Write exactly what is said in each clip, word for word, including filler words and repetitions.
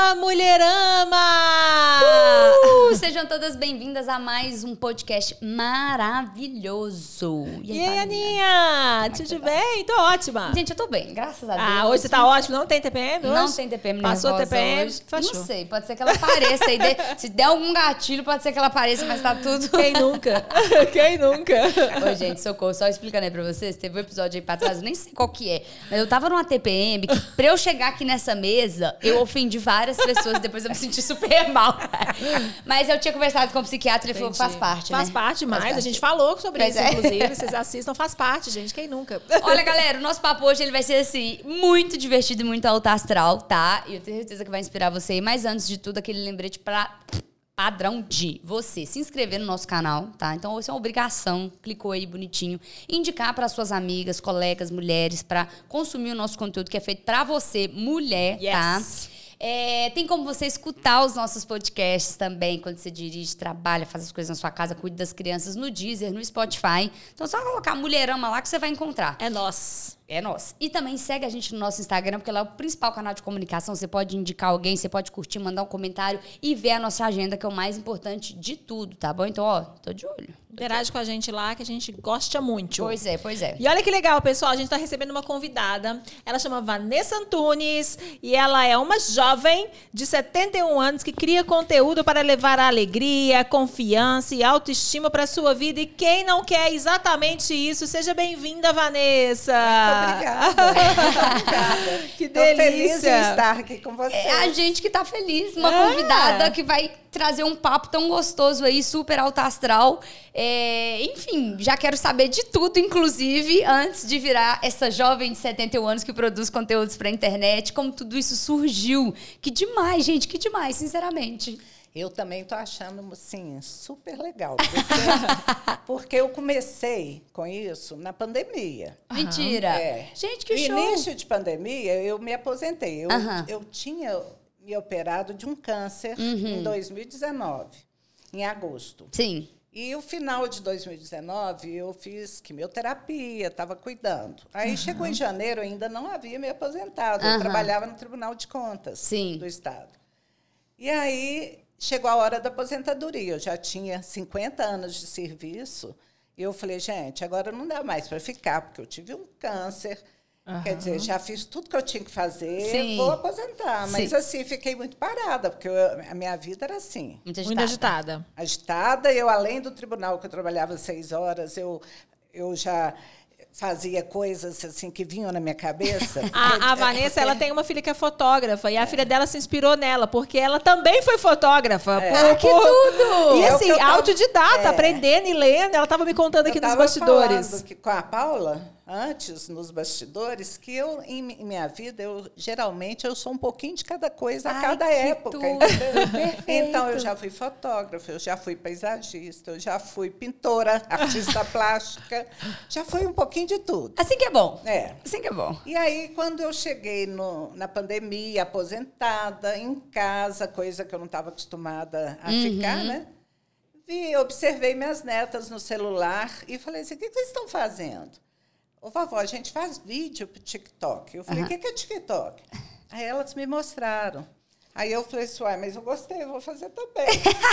Fala, mulherama! Uh, sejam todas bem-vindas a mais um podcast maravilhoso. E aí, e aí Aninha? Tudo bem? Tô ótima. Gente, eu tô bem, graças a Deus. Ah, hoje você tá ótimo. Não tem T P M hoje? Não tem T P M Passou nervosa T P M? hoje. Fechou. Não sei, pode ser que ela apareça. aí de... Se der algum gatilho, pode ser que ela apareça, mas tá tudo... Quem nunca? Quem nunca? Ô, gente, socorro. Só explicando aí pra vocês, teve um episódio aí pra trás, eu nem sei qual que é, mas eu tava numa T P M que pra eu chegar aqui nessa mesa, eu ofendi várias pessoas e depois eu me senti super mal. Mas eu tinha conversado com o psiquiatra e ele falou que faz parte, Faz né? parte mais. Faz parte. A gente falou sobre Pois isso, é. inclusive. Vocês assistam, faz parte, gente. Quem nunca? Olha, galera, o nosso papo hoje ele vai ser, assim, muito divertido e muito alto astral, tá? E eu tenho certeza que vai inspirar você. Mas antes de tudo, aquele lembrete pra... padrão de você se inscrever no nosso canal, tá? Então, isso é uma obrigação. Clicou aí bonitinho. Indicar para suas amigas, colegas, mulheres, para consumir o nosso conteúdo que é feito para você, mulher, Yes. tá? É, tem como você escutar os nossos podcasts também, quando você dirige, trabalha, faz as coisas na sua casa, cuida das crianças no Deezer, no Spotify. Então, só colocar Mulherama lá que você vai encontrar. É nós. É nosso. E também segue a gente no nosso Instagram, porque lá é o principal canal de comunicação. Você pode indicar alguém, você pode curtir, mandar um comentário e ver a nossa agenda, que é o mais importante de tudo, tá bom? Então, ó, tô de olho. Interage com a gente lá, que a gente gosta muito. Pois é, pois é. E olha que legal, pessoal. A gente está recebendo uma convidada. Ela chama Vanessa Antunes e ela é uma jovem de setenta e um anos que cria conteúdo para levar a alegria, confiança e autoestima para a sua vida. E quem não quer exatamente isso, seja bem-vinda, Vanessa. Obrigada. Obrigada. Que Tô delícia. feliz em estar aqui com você. É a gente que tá feliz. Uma É. convidada que vai trazer um papo tão gostoso aí, super alto astral. É, enfim, já quero saber de tudo, inclusive, antes de virar essa jovem de setenta e um anos que produz conteúdos pra internet. Como tudo isso surgiu. Que demais, gente, que demais, sinceramente. Eu também tô achando, assim, super legal. Porque, porque eu comecei com isso na pandemia. Mentira. É. Gente, que no show. início de pandemia, eu me aposentei. Eu, Aham. eu tinha me operado de um câncer em dois mil e dezenove, em agosto. Sim. E o final de dois mil e dezenove, eu fiz quimioterapia, estava cuidando. Aí chegou em janeiro, eu ainda não havia me aposentado. Aham. Eu trabalhava no Tribunal de Contas Sim. do Estado. E aí chegou a hora da aposentadoria. Eu já tinha cinquenta anos de serviço. E eu falei, gente, agora não dá mais para ficar, porque eu tive um câncer. Aham. Quer dizer, já fiz tudo que eu tinha que fazer, Sim. vou aposentar. Mas, Sim. assim, fiquei muito parada, porque eu- a minha vida era assim. Muito Muito agitada. Agitada. Eu, além do tribunal, que eu trabalhava seis horas, eu, eu já fazia coisas assim que vinham na minha cabeça. A, a Vanessa, ela tem uma filha que é fotógrafa e a filha dela se inspirou nela, porque ela também foi fotógrafa. É. Por- Ah, que por- tudo! E É o assim, que eu tava- autodidata, é. aprendendo e lendo. Ela estava me contando aqui Eu nos tava bastidores. falando que com a Paula, antes, nos bastidores, que eu, em mi- minha vida, eu geralmente eu sou um pouquinho de cada coisa a Ai, cada que época. tudo! Entendeu? Perfeito. Então, eu já fui fotógrafa, eu já fui paisagista, eu já fui pintora, artista plástica, já fui um pouquinho de tudo. Assim que é bom. É. Assim que é bom. E aí, quando eu cheguei no- na pandemia, aposentada, em casa, coisa que eu não estava acostumada a ficar, né? Vi, observei minhas netas no celular e falei assim, o que que vocês estão fazendo? Ô, vovó, a gente faz vídeo para o TikTok. Eu falei, o que que é TikTok? Aí elas me mostraram. Aí eu falei assim, uai, mas eu gostei, eu vou fazer também.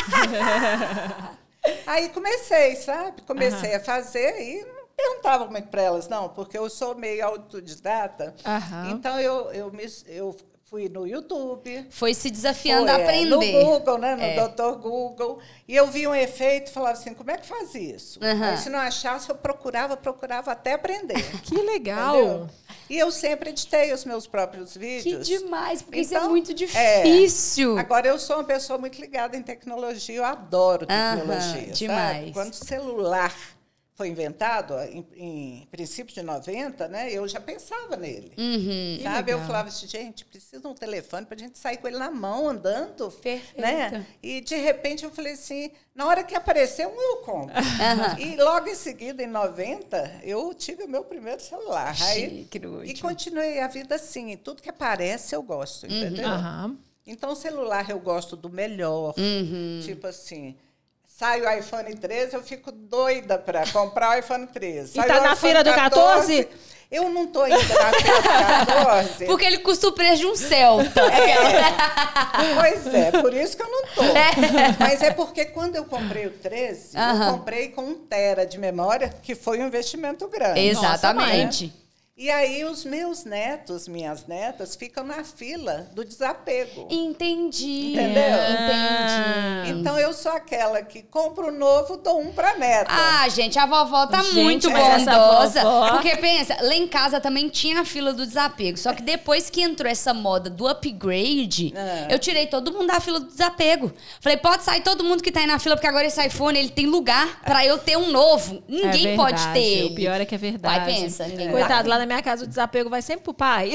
Aí comecei, sabe? Comecei a fazer e não perguntava muito para elas, não, porque eu sou meio autodidata. Aham. Então, eu, eu, me, eu fui no YouTube. Foi se desafiando Foi, a é, aprender. no Google, né? No É. doutor Google. E eu vi um efeito e falava assim, como é que faz isso? Aham. Aí, se não achasse, eu procurava, procurava até aprender. Que legal. Entendeu? E eu sempre editei os meus próprios Que vídeos. demais, porque isso é Então, muito é. difícil. Agora, eu sou uma pessoa muito ligada em tecnologia, eu adoro tecnologia. Aham, sabe? demais. Quando o celular foi inventado, em, em princípio de noventa, né, eu já pensava nele. Uhum. Sabe? Eu legal. falava assim, gente, precisa de um telefone para a gente sair com ele na mão, andando. Perfeito. Né? E, de repente, eu falei assim, na hora que apareceu um, eu compro. Aham. E, logo em seguida, em noventa, eu tive o meu primeiro celular. Aí, Chique, no e último. continuei a vida assim. Tudo que aparece, eu gosto, entendeu? Aham. Então, celular eu gosto do melhor. Uhum. Tipo assim, sai o iPhone treze, eu fico doida para comprar o iPhone treze. E Sai tá o na iPhone feira do quatorze? Eu não tô indo na fila do quatorze. Porque ele custa o preço de um Celta. É. Pois é, por isso que eu não tô. É. Mas é porque quando eu comprei o treze, uhum. eu comprei com um tera de memória, que foi um investimento grande. Exatamente. Nossa, né? E aí os meus netos, minhas netas, ficam na fila do desapego. Entendi. Entendeu? Entendi. Então eu sou aquela que compro o novo, dou um pra neta. Ah, gente, a vovó tá gente, muito mas bondosa. vovó... Porque pensa, lá em casa também tinha a fila do desapego. Só que depois que entrou essa moda do upgrade, ah. eu tirei todo mundo da fila do desapego. Falei, pode sair todo mundo que tá aí na fila, porque agora esse iPhone ele tem lugar pra eu ter um novo. Ninguém é pode ter ele. O pior é que é verdade. Vai, pensa. Ninguém Coitado, lá na minha casa o desapego vai sempre pro pai.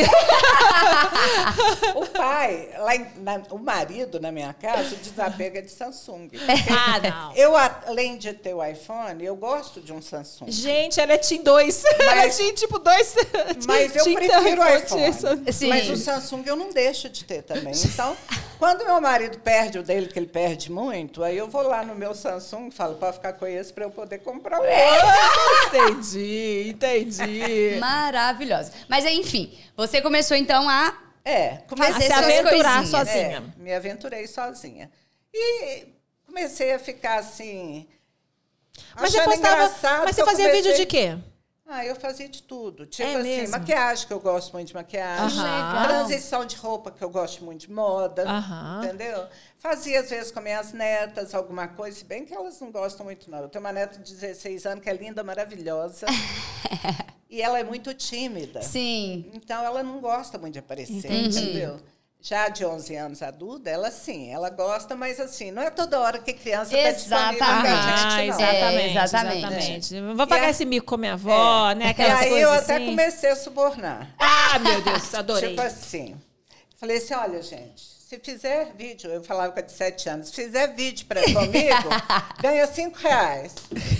O pai, lá em, na, o marido na minha casa, o desapego é de Samsung. Ah, não. Eu, além de ter o iPhone, eu gosto de um Samsung. Gente, ela é Tim dois. Mas, ela é Tim tipo dois. Mas eu prefiro o iPhone. Sim. Mas o Samsung eu não deixo de ter também. Então, quando meu marido perde o dele, que ele perde muito, aí eu vou lá no meu Samsung e falo, pode ficar com esse para eu poder comprar o outro. Entendi, entendi. Maravilhosa. Mas aí, enfim, você começou então a... É, comecei a se aventurar coisinhas. sozinha. É, me aventurei sozinha. E comecei a ficar assim. Mas você postava. Mas você fazia comecei... vídeo de quê? Ah, eu fazia de tudo. Tipo é assim, mesmo? maquiagem, que eu gosto muito de maquiagem. Aham. Transição de roupa, que eu gosto muito de moda. Aham. Entendeu? Fazia, às vezes, com minhas netas, alguma coisa, se bem que elas não gostam muito, não. Eu tenho uma neta de dezesseis anos, que é linda, maravilhosa. E ela é muito tímida. Sim. Então, ela não gosta muito de aparecer, Entendi. entendeu? Já de onze anos adulta, ela sim, ela gosta, mas assim, não é toda hora que criança Exatamente. está disponível pra Ah, gente, não. exatamente, É, exatamente. exatamente. Vou pagar E a- esse mico com minha avó, É. né? Aquelas e aí coisas eu até assim. comecei a subornar. Ah, meu Deus, adorei. Tipo assim, falei assim, olha, gente, se fizer vídeo, eu falava com a de sete anos, se fizer vídeo pra, comigo, ganha cinco reais.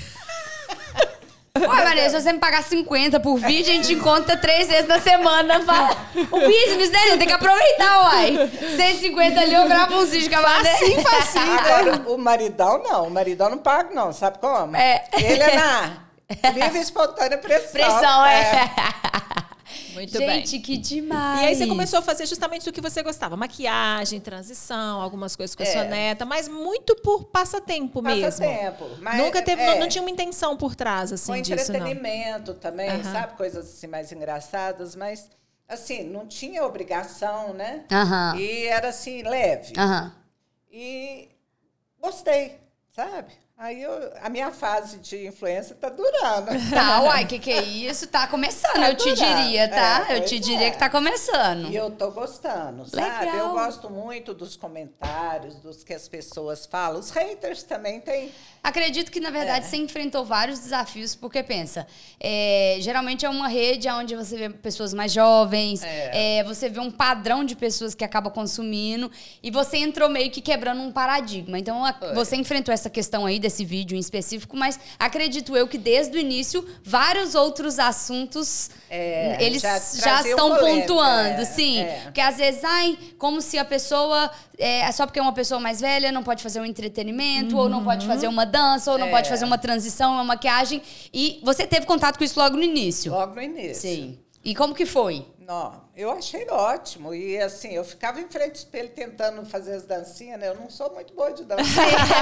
Ué, Vanessa, se você me pagar cinquenta por vídeo, a gente encontra três vezes na semana. Fala. O business, né? Tem que aproveitar, uai. cento e cinquenta ali, eu gravo uns vídeos com a Vanessa. Facinho, facinho. Agora, o maridão não, o maridão não paga não, sabe como? É. Ele é na livre e espontânea pressão. Pressão, é. Muito bem. Gente, que demais. E aí você começou a fazer justamente o que você gostava. Maquiagem, transição, algumas coisas com a É. sua neta, mas muito por passatempo mesmo. Passatempo. Mas, Nunca teve, é, não, não tinha uma intenção por trás, assim, com disso, não. entretenimento também, Aham. sabe? Coisas assim mais engraçadas, mas assim, não tinha obrigação, né? Aham. E era assim, leve. Aham. E gostei, sabe? Aí eu, a minha fase de influência tá durando. Tá, uai, que que é isso? Tá começando, Tá eu te durando. diria, tá? É, eu te pois diria é. que tá começando. E eu tô gostando, sabe? Legal. Eu gosto muito dos comentários, dos que as pessoas falam. Os haters também têm. Acredito que, na verdade, É. você enfrentou vários desafios, porque pensa, é, geralmente é uma rede onde você vê pessoas mais jovens, É. é, você vê um padrão de pessoas que acaba consumindo, e você entrou meio que quebrando um paradigma. Então, a- Foi. você enfrentou essa questão aí desse vídeo em específico, mas acredito eu que desde o início, vários outros assuntos, É, eles já já, traziam estão polêmica, pontuando, é, sim. é. Porque às vezes, ai, como se a pessoa, é, só porque é uma pessoa mais velha, não pode fazer um entretenimento, ou não pode fazer uma dança, ou não É. pode fazer uma transição, uma maquiagem. E você teve contato com isso logo no início. Logo no início. Sim. E como que foi? Não, eu achei ótimo. E assim, eu ficava em frente ao espelho tentando fazer as dancinhas, né? Eu não sou muito boa de dança.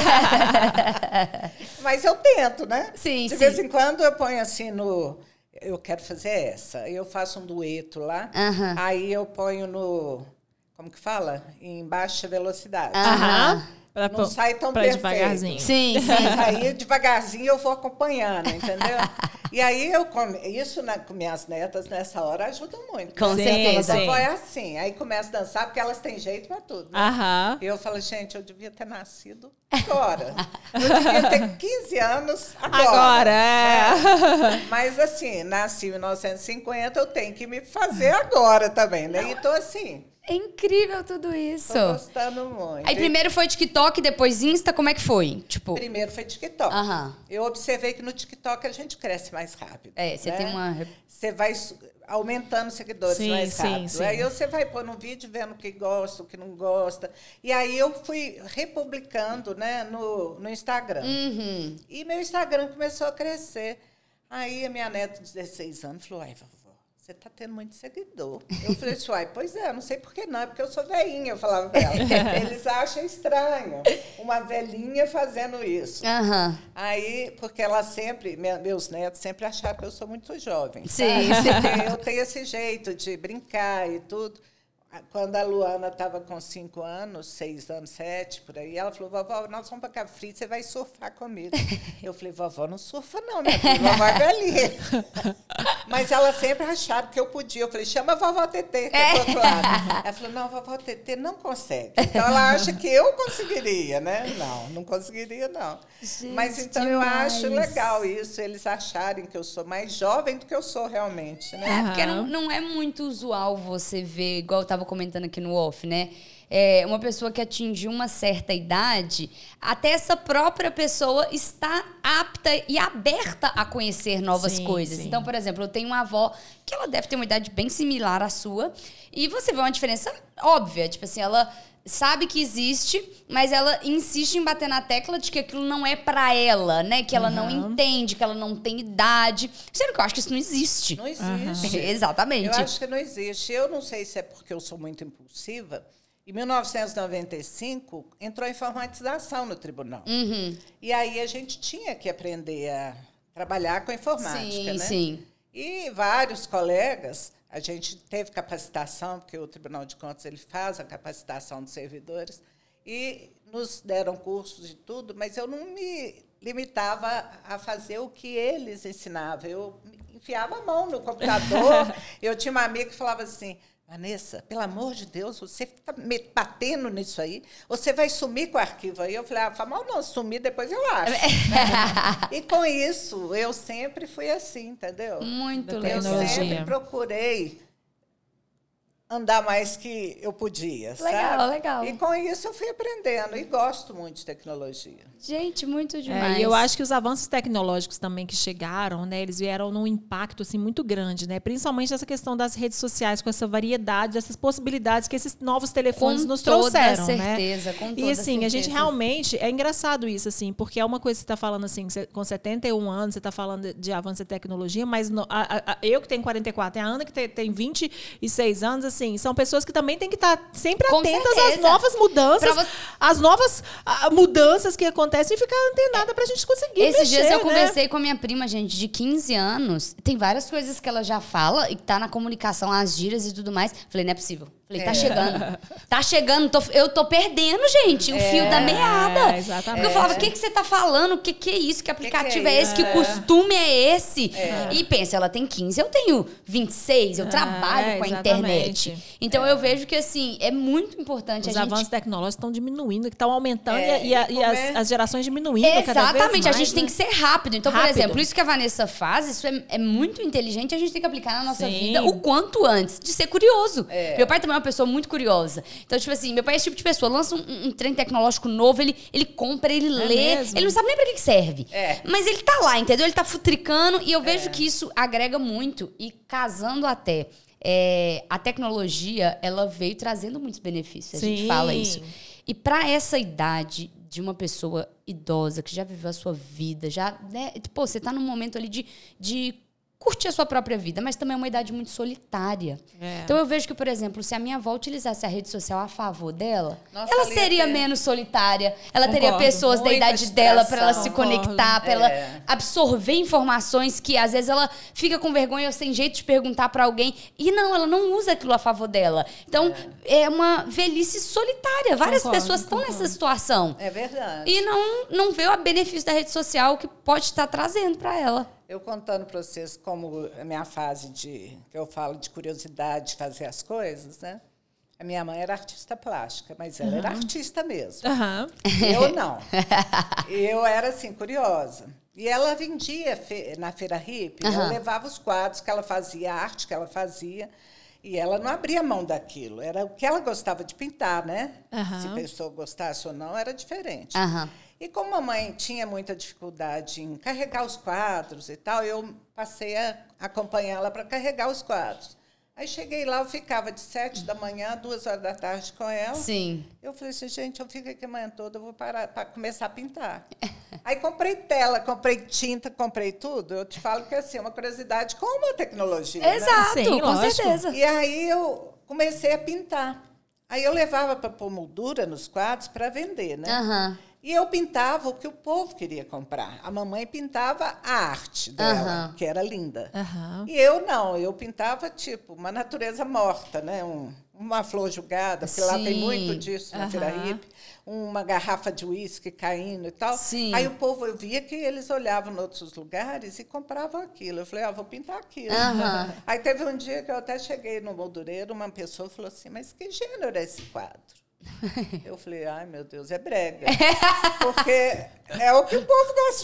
Mas eu tento, né? Sim, de sim. vez em quando eu ponho assim no. Eu quero fazer essa. Eu faço um dueto lá. Aham. Aí eu ponho no. Como que fala? Em baixa velocidade. Aham. Pra, Não sai tão pra ir perfeito. devagarzinho. Sim, sim. Mas aí, devagarzinho, eu vou acompanhando, entendeu? E aí, eu come... isso na... com minhas netas, nessa hora, ajuda muito. Com né? certeza. Mas avó é assim. Aí começa a dançar, porque elas têm jeito para tudo. Né? Aham. E eu falo, gente, eu devia ter nascido agora. Eu devia ter quinze anos agora. Agora, é. Né? Mas, assim, nasci em mil novecentos e cinquenta, eu tenho que me fazer agora também, né? E tô assim, É incrível tudo isso. tô gostando muito. Aí primeiro foi TikTok, depois Insta, como é que foi? Tipo, Primeiro foi TikTok. Aham. Eu observei que no TikTok a gente cresce mais rápido. é, você né? tem uma... Você vai su- aumentando seguidores Sim, mais sim, rápido. sim. Aí você vai pôr no vídeo vendo o que gosta, o que não gosta. E aí eu fui republicando, né, no, no Instagram. Uhum. E meu Instagram começou a crescer. Aí a minha neta de dezesseis anos falou, ai, vovó, você está tendo muito seguidor. Eu falei assim, uai, pois é, não sei por que não, é porque eu sou velhinha, eu falava pra ela. Eles acham estranho uma velhinha fazendo isso. Uhum. Aí, porque ela sempre, meus netos sempre acharam que eu sou muito jovem. Sim. Sabe? Eu tenho esse jeito de brincar e tudo. Quando a Luana estava com cinco anos, seis anos, sete, por aí, ela falou, vovó, nós vamos para Cabo Frio, você vai surfar comigo. Eu falei, vovó, não surfa não, minha filha, vovó é velhinha. Mas ela sempre achava que eu podia. Eu falei, chama a vovó Tetê, que é do outro lado. Ela falou, não, a vovó Tetê não consegue. Então, ela acha que eu conseguiria, né? Não, não conseguiria, não. Gente, mas, então, demais. Eu acho legal isso, eles acharem que eu sou mais jovem do que eu sou realmente, né? É, porque não, não é muito usual você ver, igual eu estava comentando aqui no off, né? É, uma pessoa que atingiu uma certa idade, até essa própria pessoa está apta e aberta a conhecer novas sim, coisas. Sim. Então, por exemplo, eu tenho uma avó que ela deve ter uma idade bem similar à sua, e você vê uma diferença óbvia. Tipo assim, ela sabe que existe, mas ela insiste em bater na tecla de que aquilo não é pra ela, né? Que ela uhum. não entende, que ela não tem idade. Sendo que eu acho que isso não existe. Não existe. Uhum. Exatamente. Eu acho que não existe. Eu não sei se é porque eu sou muito impulsiva. Em mil novecentos e noventa e cinco, entrou a informatização no tribunal. Uhum. E aí a gente tinha que aprender a trabalhar com a informática, sim, né? Sim. E vários colegas, a gente teve capacitação, porque o Tribunal de Contas ele faz a capacitação dos servidores, e nos deram cursos e tudo, mas eu não me limitava a fazer o que eles ensinavam. Eu enfiava a mão no computador. Eu tinha uma amiga que falava assim, Vanessa, pelo amor de Deus, você está batendo nisso aí, você vai sumir com o arquivo aí? Eu falei, ah, mal não, sumir depois eu acho. E com isso, eu sempre fui assim, entendeu? Muito eu legal. Eu sempre procurei andar mais que eu podia, legal, sabe? Legal, E com isso eu fui aprendendo e gosto muito de tecnologia. Gente, muito demais. É, e eu acho que os avanços tecnológicos também que chegaram, né, eles vieram num impacto assim muito grande, né? Principalmente essa questão das redes sociais, com essa variedade, essas possibilidades que esses novos telefones com nos trouxeram, certeza, né? Com toda e assim, certeza. a gente realmente é engraçado isso assim, porque é uma coisa que você está falando assim, com setenta e um anos, você está falando de avanço de tecnologia, mas no, a, a, eu que tenho quarenta e quatro, e a Ana que tem, tem vinte e seis anos, assim, são pessoas que também têm que estar sempre com atentas certeza. às novas mudanças, você... às novas a, mudanças que acontecem e ficar antenada pra gente conseguir Esses mexer, dias eu né? conversei com a minha prima, gente, de quinze anos. Tem várias coisas que ela já fala e tá na comunicação, as gírias e tudo mais. Falei, não é possível. Falei, tá é. chegando. Tá chegando. Tô, eu tô perdendo, gente, o é, fio da meada. Exatamente. Porque eu falava, o que, que você tá falando? O que, que é isso? Que aplicativo que que é, é esse? É. Que costume é esse? É. E pensa, ela tem quinze, eu tenho vinte e seis, eu é, trabalho com a exatamente. internet. Então, é. eu vejo que, assim, é muito importante Os a gente... avanços tecnológicos estão diminuindo, que estão aumentando é, e, a, e, e as, as gerações diminuindo cada vez mais. Exatamente, a gente tem que ser rápido. Então, rápido. por exemplo, isso que a Vanessa faz, isso é, é muito inteligente, a gente tem que aplicar na nossa Sim. vida o quanto antes, de ser curioso. É. Meu pai também é uma pessoa muito curiosa. Então, tipo assim, meu pai é esse tipo de pessoa, lança um, um trem tecnológico novo, ele, ele compra, ele é lê, mesmo? Ele não sabe nem pra que, que serve. É. Mas ele tá lá, entendeu? Ele tá futricando e eu vejo é. que isso agrega muito. E casando até, é, a tecnologia, ela veio trazendo muitos benefícios, a Sim. gente fala isso. E pra essa idade de uma pessoa idosa, que já viveu a sua vida, já, né? Pô, você tá num momento ali de... de curtir a sua própria vida, mas também é uma idade muito solitária. É. Então eu vejo que, por exemplo, se a minha avó utilizasse a rede social a favor dela, Nossa, ela seria ter... menos solitária, ela Concordo. teria pessoas Muita da idade dela para ela se Concordo. conectar, para é. ela absorver informações que às vezes ela fica com vergonha ou sem jeito de perguntar para alguém, e não, ela não usa aquilo a favor dela. Então é, é uma velhice solitária. Várias Concordo, pessoas estão nessa situação. É verdade. E não, não vê o benefício da rede social que pode estar trazendo para ela. Eu contando para vocês como a minha fase de, que eu falo de curiosidade de fazer as coisas, né? A minha mãe era artista plástica, mas ela uhum. era artista mesmo. Uhum. Eu não. Eu era, assim, curiosa. E ela vendia fe- na Feira Hippie, uhum. ela levava os quadros que ela fazia, a arte que ela fazia, e ela não abria mão daquilo. Era o que ela gostava de pintar, né? Uhum. Se a pessoa gostasse ou não, era diferente. Uhum. E como a mãe tinha muita dificuldade em carregar os quadros e tal, eu passei a acompanhá-la para carregar os quadros. Aí cheguei lá, eu ficava de sete da manhã a duas horas da tarde com ela. Sim. Eu falei assim, gente, eu fico aqui a manhã toda, eu vou parar para começar a pintar. Aí comprei tela, comprei tinta, comprei tudo. Eu te falo que assim, é uma curiosidade com uma tecnologia. Exato, né? Sim, com lógico. certeza. E aí eu comecei a pintar. Aí eu levava para pôr moldura nos quadros para vender, né? Aham. E eu pintava o que o povo queria comprar. A mamãe pintava a arte dela, Uhum. que era linda. Aham. E eu não, eu pintava tipo uma natureza morta, né? Um, uma flor jogada, porque lá tem Sim. muito disso na Feira Aham. Hippie, uma garrafa de uísque caindo e tal. Sim. Aí o povo, eu via que eles olhavam em outros lugares e compravam aquilo. Eu falei, ah, vou pintar aquilo. Aham. Aí teve um dia que eu até cheguei no moldureiro, uma pessoa falou assim, mas que gênero é esse quadro? Eu falei, ai, meu Deus, é brega. Porque é o que o povo gosta de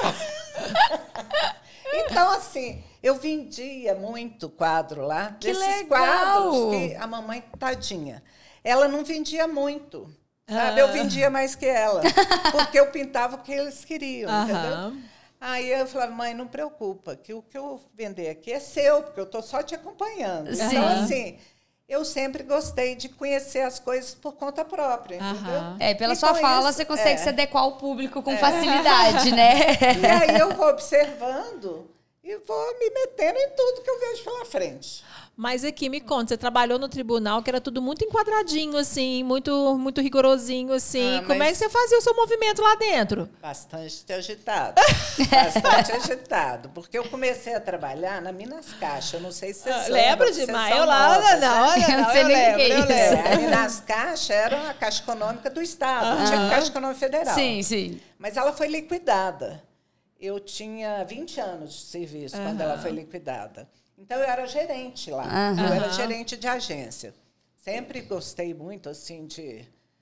comprar. Então, assim, eu vendia muito quadro lá. Que desses legal! quadros que a mamãe, tadinha, ela não vendia muito. Sabe? Eu vendia mais que ela. Porque eu pintava o que eles queriam, entendeu? Aham. Aí eu falava, mãe, não preocupa, que o que eu vender aqui é seu, porque eu estou só te acompanhando. Sim. Então, assim, eu sempre gostei de conhecer as coisas por conta própria, entendeu? Aham. É, pela E sua com fala, isso, você consegue é. se adequar ao público com facilidade, né? E aí eu vou observando e vou me metendo em tudo que eu vejo pela frente. Mas aqui, me conta, você trabalhou no tribunal, que era tudo muito enquadradinho, assim, muito, muito rigorosinho, assim. Ah, Como é mas- que você fazia o seu movimento lá dentro? Bastante agitado. Bastante agitado. Porque eu comecei a trabalhar na Minas Caixa. Eu não sei se vocês Ah, lembram, lembro vocês demais. são Eu lá, novas, não, né? olha, Eu não não, sei eu nem o lembro, que é eu isso. lembro. É, a Minas Caixa era a Caixa Econômica do Estado, não tinha Caixa Econômica Federal. Sim, sim. Mas ela foi liquidada. Eu tinha vinte anos de serviço quando ela foi liquidada. Então, eu era gerente lá. Aham. Eu era gerente de agência. Sempre gostei muito, assim, de,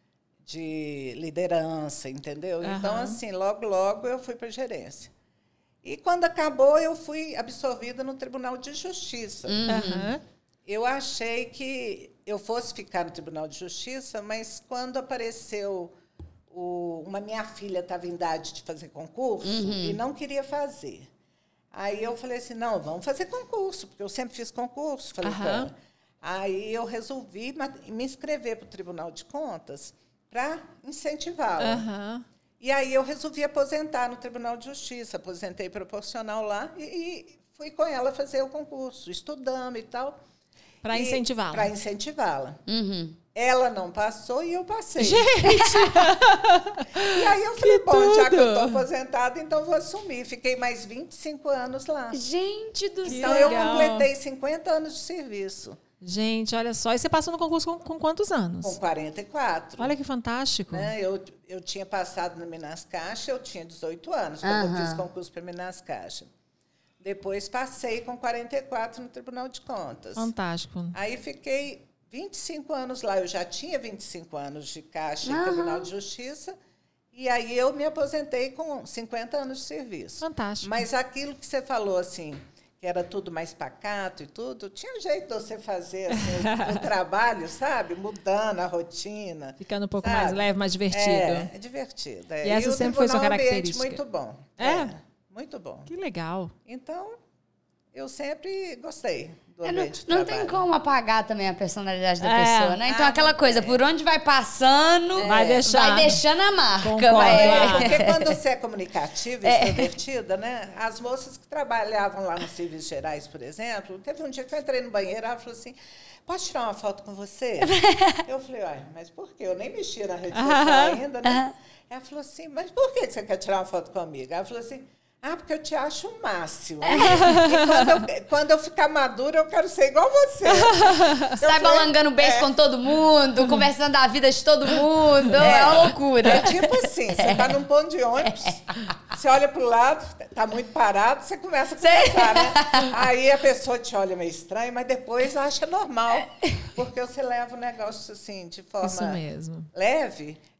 de liderança, entendeu? Então, Aham. assim, logo, logo eu fui para a gerência. E, quando acabou, eu fui absorvida no Tribunal de Justiça. Aham. Eu achei que eu fosse ficar no Tribunal de Justiça, mas quando apareceu o, uma minha filha estava em idade de fazer concurso e não queria fazer. Aí eu falei assim, não, vamos fazer concurso, porque eu sempre fiz concurso, falei com Aham. ela. Aí eu resolvi ma- me inscrever para o Tribunal de Contas para incentivá-la. Aham. E aí eu resolvi aposentar no Tribunal de Justiça, aposentei proporcional lá e, e fui com ela fazer o concurso, estudando e tal. Pra incentivá-la. Para incentivá-la. Uhum. Ela não passou e eu passei. Gente! E aí eu falei, Que bom, já que eu tudo! estou aposentada, então vou assumir. Fiquei mais vinte e cinco anos lá. Gente do Que Então céu. eu legal. completei cinquenta anos de serviço, Gente, olha só. E você passou no concurso com, com quantos anos? com quarenta e quatro. Olha que fantástico. Né? Eu, eu tinha passado no Minas Caixa, eu tinha dezoito anos, quando Aham. eu fiz concurso para Minas Caixa. Depois passei com quarenta e quatro no Tribunal de Contas. Fantástico. Aí fiquei vinte e cinco anos lá. Eu já tinha vinte e cinco anos de Caixa e Aham. Tribunal de Justiça. E aí eu me aposentei com cinquenta anos de serviço. Fantástico. Mas aquilo que você falou, assim, que era tudo mais pacato e tudo, tinha jeito de você fazer assim, o, o trabalho, sabe? Mudando a rotina. Ficando um pouco sabe? mais leve, mais divertido. É, é divertido. É. E essa o sempre foi sua tribunal é um ambiente característica? muito bom. É? Muito bom. Que legal. Então, eu sempre gostei do É, não ambiente de não trabalho. tem como apagar também a personalidade da É. pessoa, né? Então, Ah, aquela não coisa, tem. por onde vai passando, Vai deixando. vai deixando a marca. Concordo. vai- É, Ah. porque quando você é comunicativa, extrovertida, né? As moças que trabalhavam lá nos serviços gerais, por exemplo, teve um dia que eu entrei no banheiro, ela falou assim, posso tirar uma foto com você? Eu falei, uai, mas por quê? Eu nem mexia na rede social ainda, né? Ela falou assim, mas por que você quer tirar uma foto comigo? Ela falou assim, ah, porque eu te acho o máximo. E quando eu, quando eu ficar madura, eu quero ser igual você. Eu Sai falei, balangando beijo é. com todo mundo, conversando da vida de todo mundo. É, uma loucura. É tipo assim, você está num ponto de ônibus, você olha para o lado, está muito parado, você começa a conversar, né? Aí a pessoa te olha meio estranho, mas depois acha normal, porque você leva o negócio assim, de forma Isso mesmo. leve,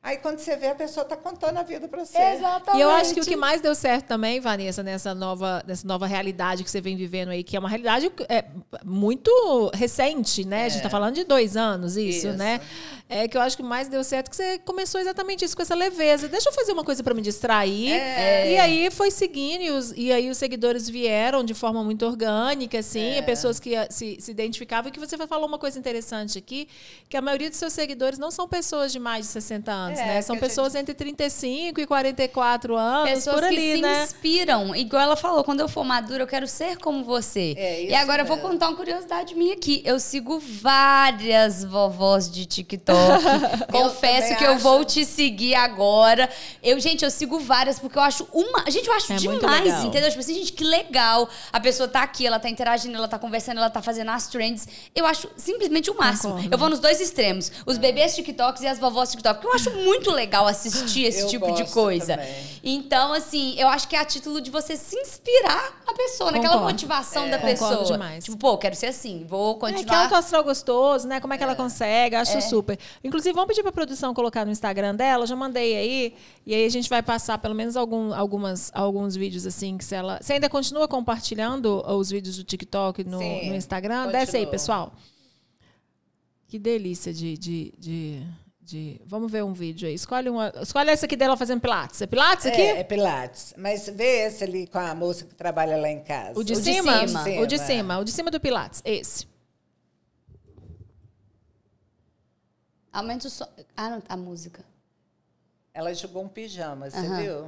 Aí, quando você vê, a pessoa está contando a vida para você. Exatamente. E eu acho que o que mais deu certo também, Vanessa, nessa nova, nessa nova realidade que você vem vivendo aí, que é uma realidade é, muito recente, né? É. A gente está falando de dois anos, isso, isso, né? É que eu acho que o mais deu certo que você começou exatamente isso, com essa leveza. Deixa eu fazer uma coisa para me distrair. É. E aí foi seguindo, e, os, e aí os seguidores vieram de forma muito orgânica, assim, é. pessoas que se, se identificavam. E que você falou uma coisa interessante aqui, que a maioria dos seus seguidores não são pessoas de mais de sessenta anos. É, né? São pessoas gente... entre trinta e cinco e quarenta e quatro anos, pessoas por ali, que se né? inspiram. Igual ela falou, quando eu for madura, eu quero ser como você. É, isso e agora mesmo. eu vou contar uma curiosidade minha aqui. Eu sigo várias vovós de TikTok. Confesso que eu acho. vou te seguir agora. Eu, gente, eu sigo várias, porque eu acho uma... Gente, eu acho é demais, entendeu? Tipo assim, gente, que legal. A pessoa tá aqui, ela tá interagindo, ela tá conversando, ela tá fazendo as trends. Eu acho simplesmente o máximo. Concordo. Eu vou nos dois extremos. Os bebês TikToks e as vovós TikTok. Porque eu acho muito legal assistir esse eu tipo de gosto coisa. Também. Então, assim, eu acho que é a título de você se inspirar a pessoa, Concordo. naquela motivação é, da pessoa. Concordo demais. Tipo, pô, quero ser assim, vou continuar. É que é alto astral gostoso, né? Como é que é. ela consegue? Acho É. super. Inclusive, vamos pedir pra produção colocar no Instagram dela. Eu já mandei aí. E aí a gente vai passar pelo menos algum, algumas, alguns vídeos, assim, que se ela... Você ainda continua compartilhando os vídeos do TikTok no, Sim, no Instagram? continuo. Desce aí, pessoal. Que delícia de... de, de... De, vamos ver um vídeo aí. Escolhe, uma, escolhe essa aqui dela fazendo pilates. É pilates aqui? É, é pilates. Mas vê esse ali com a moça que trabalha lá em casa. O de, O de cima? cima. O de cima. O de cima do pilates. Esse. Aumenta o som. Ah, não, a música. Ela jogou um pijama, você Aham. viu?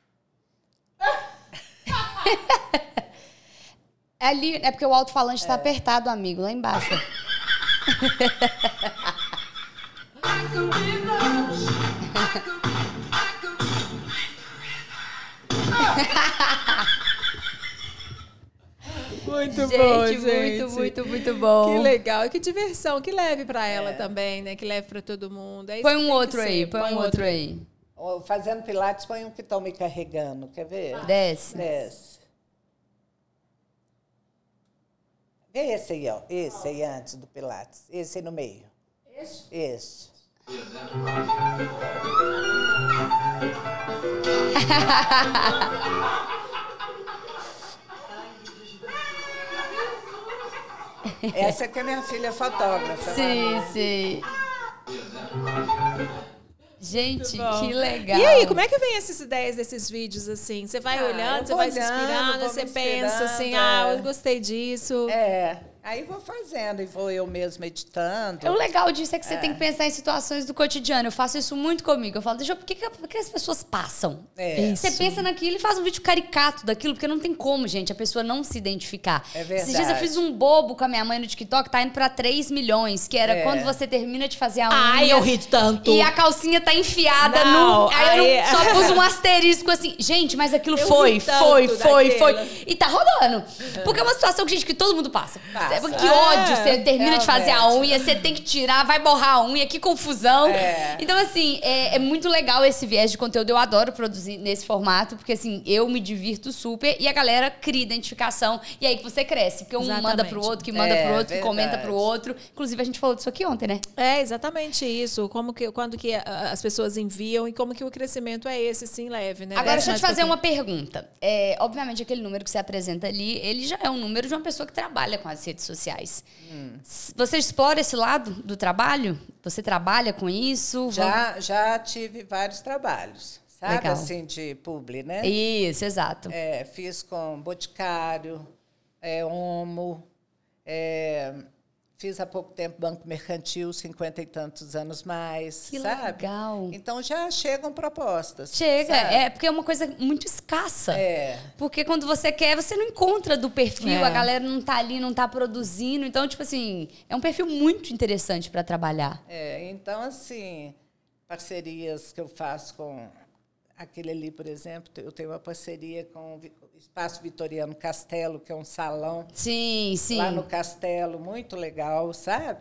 É ali, é porque o alto-falante está apertado, amigo, lá embaixo. Muito gente, bom, gente, gente. muito, muito, muito bom. Que legal. Que diversão. Que leve pra ela é. também, né? Que leve pra todo mundo. É põe um outro aí, põe, põe um outro aí. Fazendo pilates, põe um que estão me carregando. Quer ver? Desce. Desce. Vê esse aí, ó. Esse aí antes do pilates. Esse aí no meio. Esse? Esse. Essa que é minha filha fotógrafa. Sim, né? sim. Gente, que legal. E aí, como é que vem essas ideias desses vídeos, assim? Você vai Ah, olhando, você vou vai se olhando, inspirando, vou você me pensa assim, inspirando, ah, é. eu gostei disso. É, aí vou fazendo e vou eu mesma editando. O legal disso é que você é. tem que pensar em situações do cotidiano. Eu faço isso muito comigo. Eu falo, deixa eu, por que, por que as pessoas passam? É. Você pensa naquilo e faz um vídeo caricato daquilo, porque não tem como, gente, a pessoa não se identificar. É verdade. Esses dias eu fiz um bobo com a minha mãe no TikTok, tá indo pra três milhões, que era é. quando você termina de fazer a unha. Ai, eu ri tanto. E a calcinha tá enfiada não, no... Aí, aí... eu não, só pus um asterisco assim. Gente, mas aquilo eu foi, foi, foi, daquela. foi. E tá rodando. Porque é uma situação, gente, que todo mundo passa. Passa. Que ódio. Você termina Realmente. de fazer a unha, você tem que tirar, vai borrar a unha, que confusão. É. Então, assim, é, é muito legal esse viés de conteúdo. Eu adoro produzir nesse formato, porque, assim, eu me divirto super e a galera cria identificação. E aí que você cresce. Porque um Exatamente. manda pro outro, que manda É, pro outro, que verdade. comenta pro outro. Inclusive, a gente falou disso aqui ontem, né? É, exatamente isso. Como que, quando que as pessoas enviam e como que o crescimento é esse, sim, leve, né? Agora, Desce deixa eu te mais fazer um uma pergunta. É, obviamente, aquele número que você apresenta ali, ele já é um número de uma pessoa que trabalha com as redes sociais. Hum. Você explora esse lado do trabalho? Você trabalha com isso? Já, já tive vários trabalhos, sabe? Legal. Assim, de publi, né? Isso, exato. É, fiz com Boticário, é, Omo, é, fiz há pouco tempo Banco Mercantil, cinquenta e tantos anos mais, Que sabe? legal. Então já chegam propostas. Chega, sabe? é porque é uma coisa muito escassa. É. Porque quando você quer, você não encontra do perfil, É. a galera não tá ali, não tá produzindo. Então, tipo assim, é um perfil muito interessante para trabalhar. É, então, assim, parcerias que eu faço com aquele ali, por exemplo, eu tenho uma parceria com o Espaço Vitoriano Castelo, que é um salão Sim, sim. lá no Castelo, muito legal, sabe?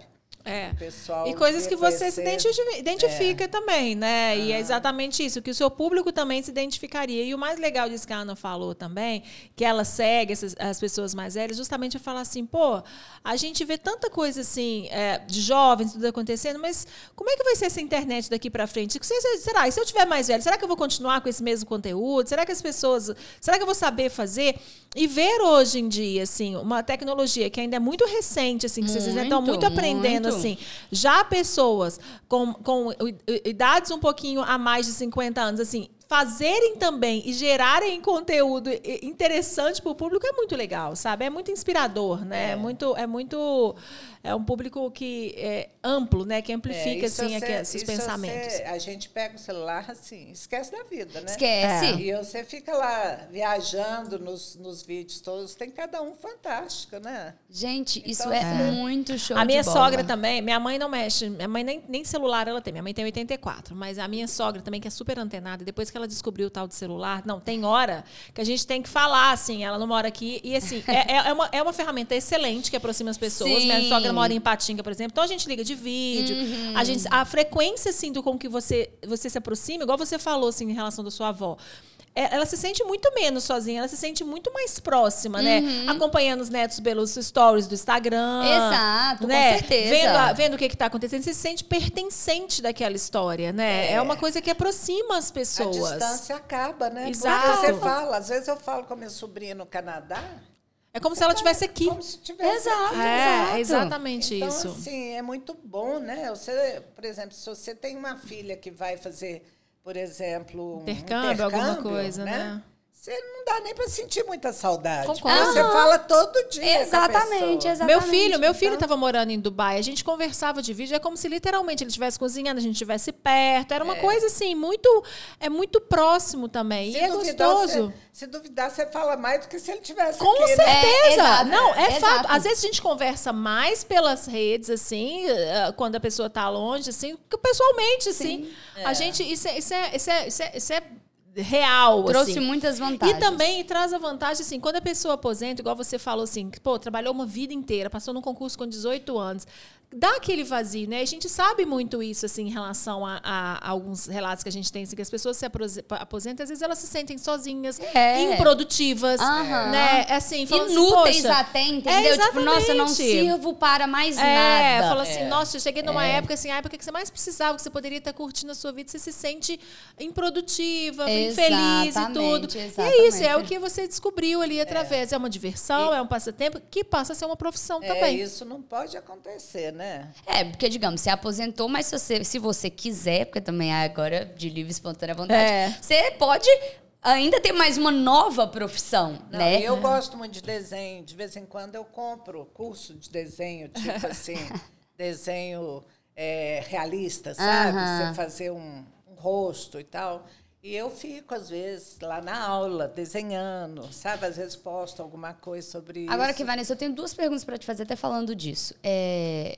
É. O pessoal E coisas que você se conhecer. identi- identifica É. também, né? E é exatamente isso, que o seu público também se identificaria. E o mais legal disso que a Ana falou também, que ela segue essas, as pessoas mais velhas, justamente a falar assim, pô, a gente vê tanta coisa assim, é, de jovens, tudo acontecendo, mas como é que vai ser essa internet daqui pra frente? Será? E se eu tiver mais velho, será que eu vou continuar com esse mesmo conteúdo? Será que as pessoas... Será que eu vou saber fazer? E ver hoje em dia, assim, uma tecnologia que ainda é muito recente, assim, que vocês ainda estão muito aprendendo, muito. assim, já pessoas com, com idades um pouquinho a mais de cinquenta anos, assim, fazerem também e gerarem conteúdo interessante para o público é muito legal, sabe? É muito inspirador, né? É, é muito, é muito, é um público que é amplo, né? Que amplifica é, assim você, aqui, esses pensamentos. Você, a gente pega o celular assim, esquece da vida, né? Esquece. É. E você fica lá viajando nos, nos vídeos todos, tem cada um fantástico, né? Gente, então, isso é, é muito show. A minha de bola. sogra também, minha mãe não mexe, minha mãe nem, nem celular ela tem, minha mãe tem oitenta e quatro, mas a minha sogra também, que é super antenada, depois que ela descobriu o tal de celular, não, tem hora que a gente tem que falar, assim, ela não mora aqui, e assim, é, é, uma, é uma ferramenta excelente que aproxima as pessoas. Sim. Minha sogra mora em Patinga, por exemplo, então a gente liga de vídeo, uhum. a, gente, a frequência, assim, do com que você, você se aproxima, igual você falou, assim, em relação da sua avó, ela se sente muito menos sozinha, ela se sente muito mais próxima, né? Uhum. Acompanhando os netos pelos stories do Instagram. Exato, né? com certeza. Vendo, a, vendo o que está acontecendo, você se sente pertencente daquela história, né? É. é uma coisa que aproxima as pessoas. A distância acaba, né? Exato. Porque você fala, às vezes eu falo com a minha sobrinha no Canadá. É como se ela estivesse aqui. Como se tivesse Exato, aqui. É, exato. exatamente então, isso. Assim, é muito bom, né? Você, por exemplo, se você tem uma filha que vai fazer, por exemplo, um intercâmbio, intercâmbio alguma coisa, né? né? Você não dá nem para sentir muita saudade. Concordo. Porque você fala todo dia. Exatamente, exatamente. Meu filho, meu filho estava então... morando em Dubai. A gente conversava de vídeo, é como se literalmente ele estivesse cozinhando, a gente estivesse perto. Era uma é. coisa assim, muito, é muito próximo também. Se e é gostoso. Você, se duvidar, você fala mais do que se ele tivesse Com aqui, certeza. Né? É, não, é exato. fato. Às vezes a gente conversa mais pelas redes, assim, quando a pessoa está longe, assim, que pessoalmente, assim. É. A gente, isso é, isso é, isso é, isso é, isso é real, trouxe assim. muitas vantagens. E também traz a vantagem, assim, quando a pessoa aposenta, igual você falou assim, que, pô, trabalhou uma vida inteira, passou num concurso com dezoito anos, dá aquele vazio, né? A gente sabe muito isso, assim, em relação a, a, a alguns relatos que a gente tem, assim, que as pessoas se aposentam, às vezes elas se sentem sozinhas, é. improdutivas, uhum. né? Assim, falando inúteis assim, até, entendeu? É, tipo, nossa, eu não sirvo para mais é, nada. Fala assim, é. nossa, eu cheguei numa é. época, assim, a época que você mais precisava, que você poderia estar curtindo a sua vida, você se sente improdutiva, exatamente, infeliz e tudo. Exatamente. E é isso, é o que você descobriu ali através. É, é uma diversão, e... é um passatempo que passa a ser uma profissão é, também. Isso não pode acontecer, né? É, porque, digamos, você aposentou, mas se você, se você quiser, porque também agora, de livre e espontânea vontade, é. você pode ainda ter mais uma nova profissão, não, né? Eu é. gosto muito de desenho. De vez em quando eu compro curso de desenho, tipo assim, desenho é, realista, sabe? Uh-huh. Você fazer um, um rosto e tal. E eu fico, às vezes, lá na aula, desenhando, sabe? Às vezes posto alguma coisa sobre isso. Agora que, Vanessa, eu tenho duas perguntas para te fazer, até falando disso. É...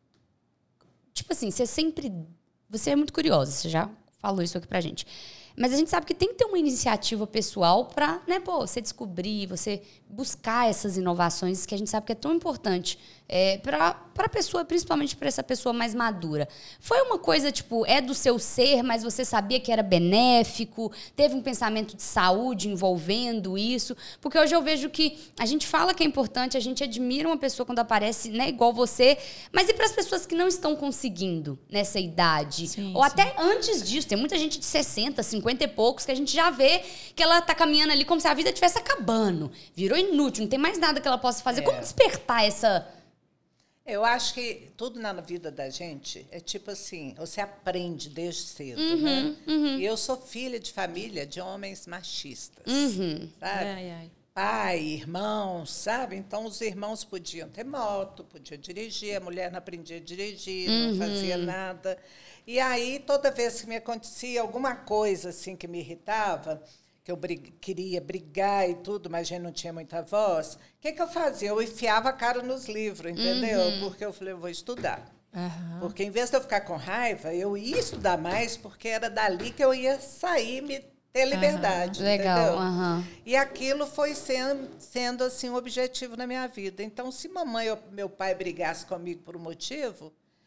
Tipo assim, você sempre... Você é muito curiosa, você já falou isso aqui pra gente. Mas a gente sabe que tem que ter uma iniciativa pessoal para, né, pô, você descobrir, você buscar essas inovações que a gente sabe que é tão importante é, para a pessoa, principalmente para essa pessoa mais madura. Foi uma coisa, tipo, é do seu ser, mas você sabia que era benéfico? Teve um pensamento de saúde envolvendo isso? Porque hoje eu vejo que a gente fala que é importante, a gente admira uma pessoa quando aparece, né, igual você, mas e para as pessoas que não estão conseguindo nessa idade? Sim, Ou sim. até antes disso, tem muita gente de sessenta, cinquenta e poucos que a gente já vê que ela tá caminhando ali como se a vida estivesse acabando. Virou inútil, não tem mais nada que ela possa fazer. É. Como despertar essa... Eu acho que tudo na vida da gente é tipo assim, você aprende desde cedo, uhum, né? Uhum. E eu sou filha de família de homens machistas, uhum. sabe? Ai, ai. Pai, irmãos, sabe? Então, os irmãos podiam ter moto, podiam dirigir, a mulher não aprendia a dirigir, uhum. não fazia nada. E aí, toda vez que me acontecia alguma coisa assim que me irritava, que eu brig- queria brigar e tudo, mas a gente não tinha muita voz, o que, que eu fazia? Eu enfiava a cara nos livros, entendeu? Uhum. Porque eu falei, eu vou estudar. Uhum. Porque, em vez de eu ficar com raiva, eu ia estudar mais, porque era dali que eu ia sair, me ter liberdade, uhum. Legal. entendeu? Uhum. E aquilo foi sendo, sendo assim, um objetivo na minha vida. Então, se mamãe ou meu pai brigasse comigo por um motivo,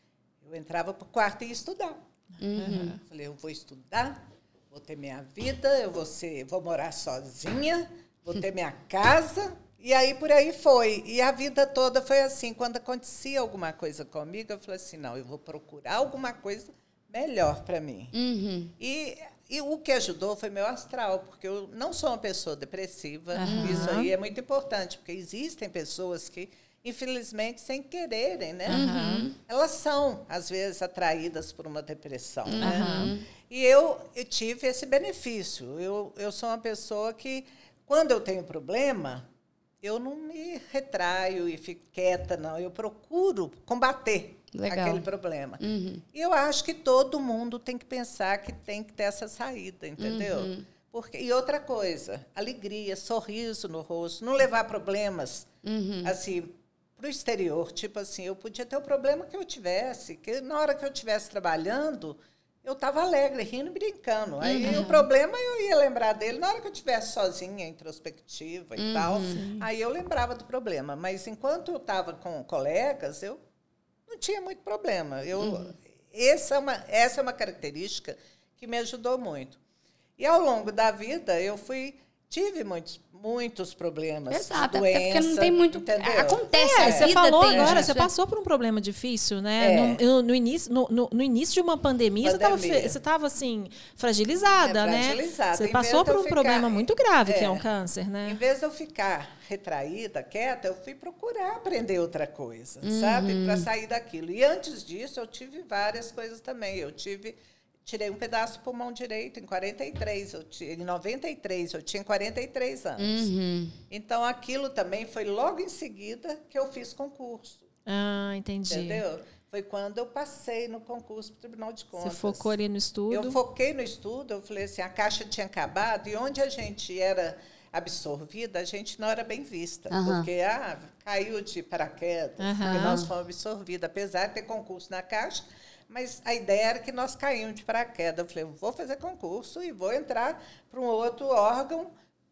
Eu entrava para o quarto e ia estudar. Uhum. Falei, eu vou estudar, vou ter minha vida, eu vou, ser, vou morar sozinha, vou ter minha casa. E aí, por aí foi. E a vida toda foi assim. Quando acontecia alguma coisa comigo, eu falei assim, não, eu vou procurar alguma coisa melhor para mim. Uhum. E, e o que ajudou foi meu astral, porque eu não sou uma pessoa depressiva. Uhum. Isso aí é muito importante, porque existem pessoas que, infelizmente, sem quererem, né? Uhum. Elas são, às vezes, atraídas por uma depressão. Uhum. Né? E eu, eu tive esse benefício. Eu, eu sou uma pessoa que, quando eu tenho problema, eu não me retraio e fico quieta, não. Eu procuro combater Legal. aquele problema. Uhum. E eu acho que todo mundo tem que pensar que tem que ter essa saída, entendeu? Uhum. Porque, e outra coisa, alegria, sorriso no rosto, não levar problemas Uhum. assim para o exterior. Tipo assim, eu podia ter o problema que eu tivesse, que na hora que eu estivesse trabalhando, eu estava alegre, rindo e brincando. Aí Uhum. o problema eu ia lembrar dele na hora que eu estivesse sozinha, introspectiva e Uhum. tal. Aí eu lembrava do problema. Mas enquanto eu estava com colegas, eu não tinha muito problema. Eu, Uhum. essa, é uma, essa é uma característica que me ajudou muito. E ao longo da vida eu fui tive muitos muitos problemas, Exato, doença, até porque não tem muito... entendeu? Acontece, É, a você vida falou tem agora, isso, você é. passou por um problema difícil, né? É. No, no início, no, no- no início de uma pandemia, Pandemia. você estava assim, fragilizada, É, né? fragilizada. Você Em passou vez de por eu um ficar- problema muito grave, que é É. um câncer, né? Em vez de eu ficar retraída, quieta, eu fui procurar aprender outra coisa, Uhum. sabe? Para sair daquilo. E antes disso, eu tive várias coisas também. Eu tive tirei um pedaço do pulmão direito em quarenta e três, eu ti- em noventa e três, eu tinha quarenta e três anos. Uhum. Então aquilo também foi logo em seguida que eu fiz concurso, Ah, entendi. entendeu? Foi quando eu passei no concurso do Tribunal de Você Contas. focou ali no estudo. Eu foquei no estudo, eu falei assim, a caixa tinha acabado e onde a gente era absorvida, a gente não era bem vista. Aham. Porque ah, caiu de paraquedas, Aham. porque nós fomos absorvidas, apesar de ter concurso na caixa, mas a ideia era que nós caímos de paraquedas. Eu falei, eu vou fazer concurso e vou entrar para um outro órgão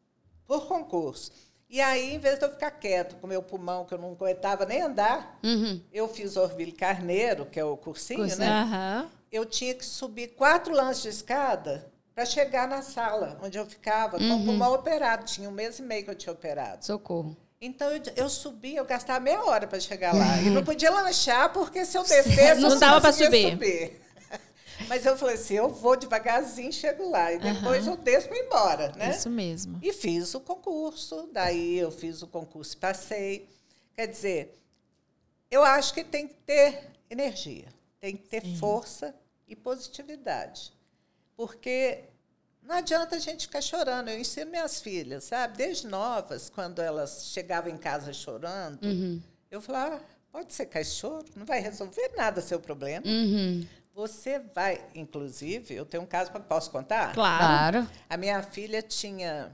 por concurso. E aí, em vez de eu ficar quieto com o meu pulmão, que eu não aguentava nem andar, Uhum. eu fiz Orville Carneiro, que é o cursinho, Cursinho. né? Aham. Eu tinha que subir quatro lances de escada para chegar na sala onde eu ficava, com o pulmão operado. Tinha um mês e meio que eu tinha operado. Socorro. Então, eu, eu subia, eu gastava meia hora para chegar lá. E não podia lanchar, porque se eu descesse, Não eu dava pra conseguia subir. Mas eu falei assim, eu vou devagarzinho, chego lá. E depois eu desço para ir embora, né? Isso mesmo. E fiz o concurso. Daí eu fiz o concurso e passei. Quer dizer, eu acho que tem que ter energia, tem que ter força e positividade. Porque não adianta a gente ficar chorando. Eu ensino minhas filhas, sabe? Desde novas, quando elas chegavam em casa chorando, Uhum. eu falava, ah, pode secar esse choro, não vai resolver nada seu problema. Uhum. Você vai, inclusive, eu tenho um caso, pra- posso contar? Claro. Claro. A minha filha tinha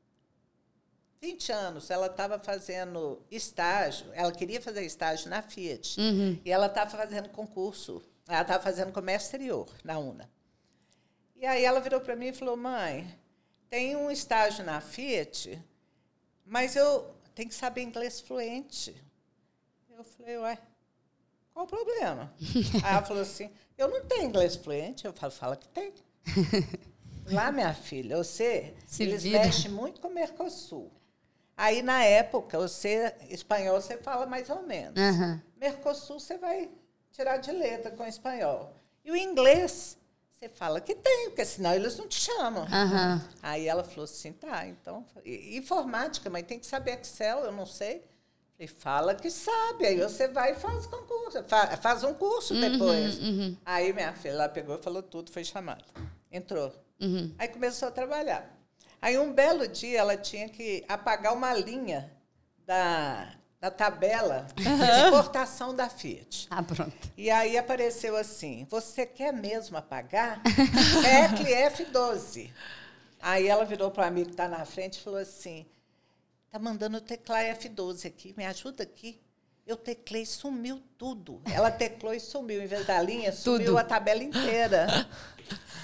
vinte anos, ela estava fazendo estágio, ela queria fazer estágio na Fiat, Uhum. e ela estava fazendo concurso, ela estava fazendo comércio exterior na UNA. E aí ela virou para mim e falou, mãe, tem um estágio na Fiat, mas eu tenho que saber inglês fluente. Eu falei, ué, qual o problema? Aí ela falou assim, eu não tenho inglês fluente. Eu falo, fala que tem. Lá, minha filha, você, Se eles vira. mexem muito com o Mercosul. Aí, na época, você, espanhol, você fala mais ou menos. Aham. Mercosul, você vai tirar de letra com o espanhol. E o inglês, você fala que tem, porque senão eles não te chamam. Aham. Aí ela falou assim, tá, então... e- Informática, mas tem que saber Excel, eu não sei. Falei, fala que sabe. Aí você vai e faz concurso, fa- faz um curso depois. uhum. Aí minha filha, ela pegou e falou tudo, foi chamada. Entrou. Uhum. Aí começou a trabalhar. Aí um belo dia ela tinha que apagar uma linha da, da tabela de exportação da Fiat. Ah, pronto. E aí apareceu assim, você quer mesmo apagar? Tecle F doze. Aí ela virou para o amigo que está na frente e falou assim, está mandando eu teclar F doze aqui, me ajuda aqui. Eu teclei e sumiu tudo. Ela teclou e sumiu. Em vez da linha, sumiu Tudo. a tabela inteira.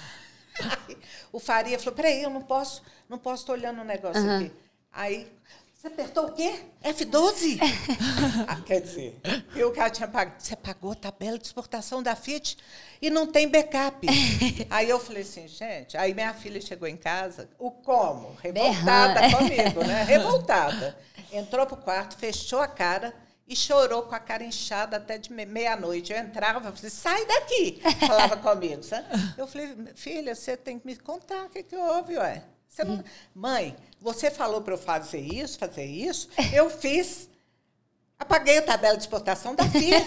Aí, o Faria falou, peraí, eu não posso não posso estar olhando o negócio Uhum. aqui. Aí Você apertou o quê? F doze? Ah, quer dizer, eu que ela tinha pagado. Você pagou a tabela de exportação da Fiat e não tem backup. Aí eu falei assim, gente. Aí minha filha chegou em casa, o como? Revoltada Berrando. comigo, né? Revoltada. Entrou pro quarto, fechou a cara e chorou com a cara inchada até de meia-noite. Eu entrava, falei, sai daqui, falava comigo. Sabe? Eu falei, filha, você tem que me contar o que, que houve, ué. Você não... Mãe, você falou para eu fazer isso, fazer isso, eu fiz. Apaguei a tabela de exportação da Fiat.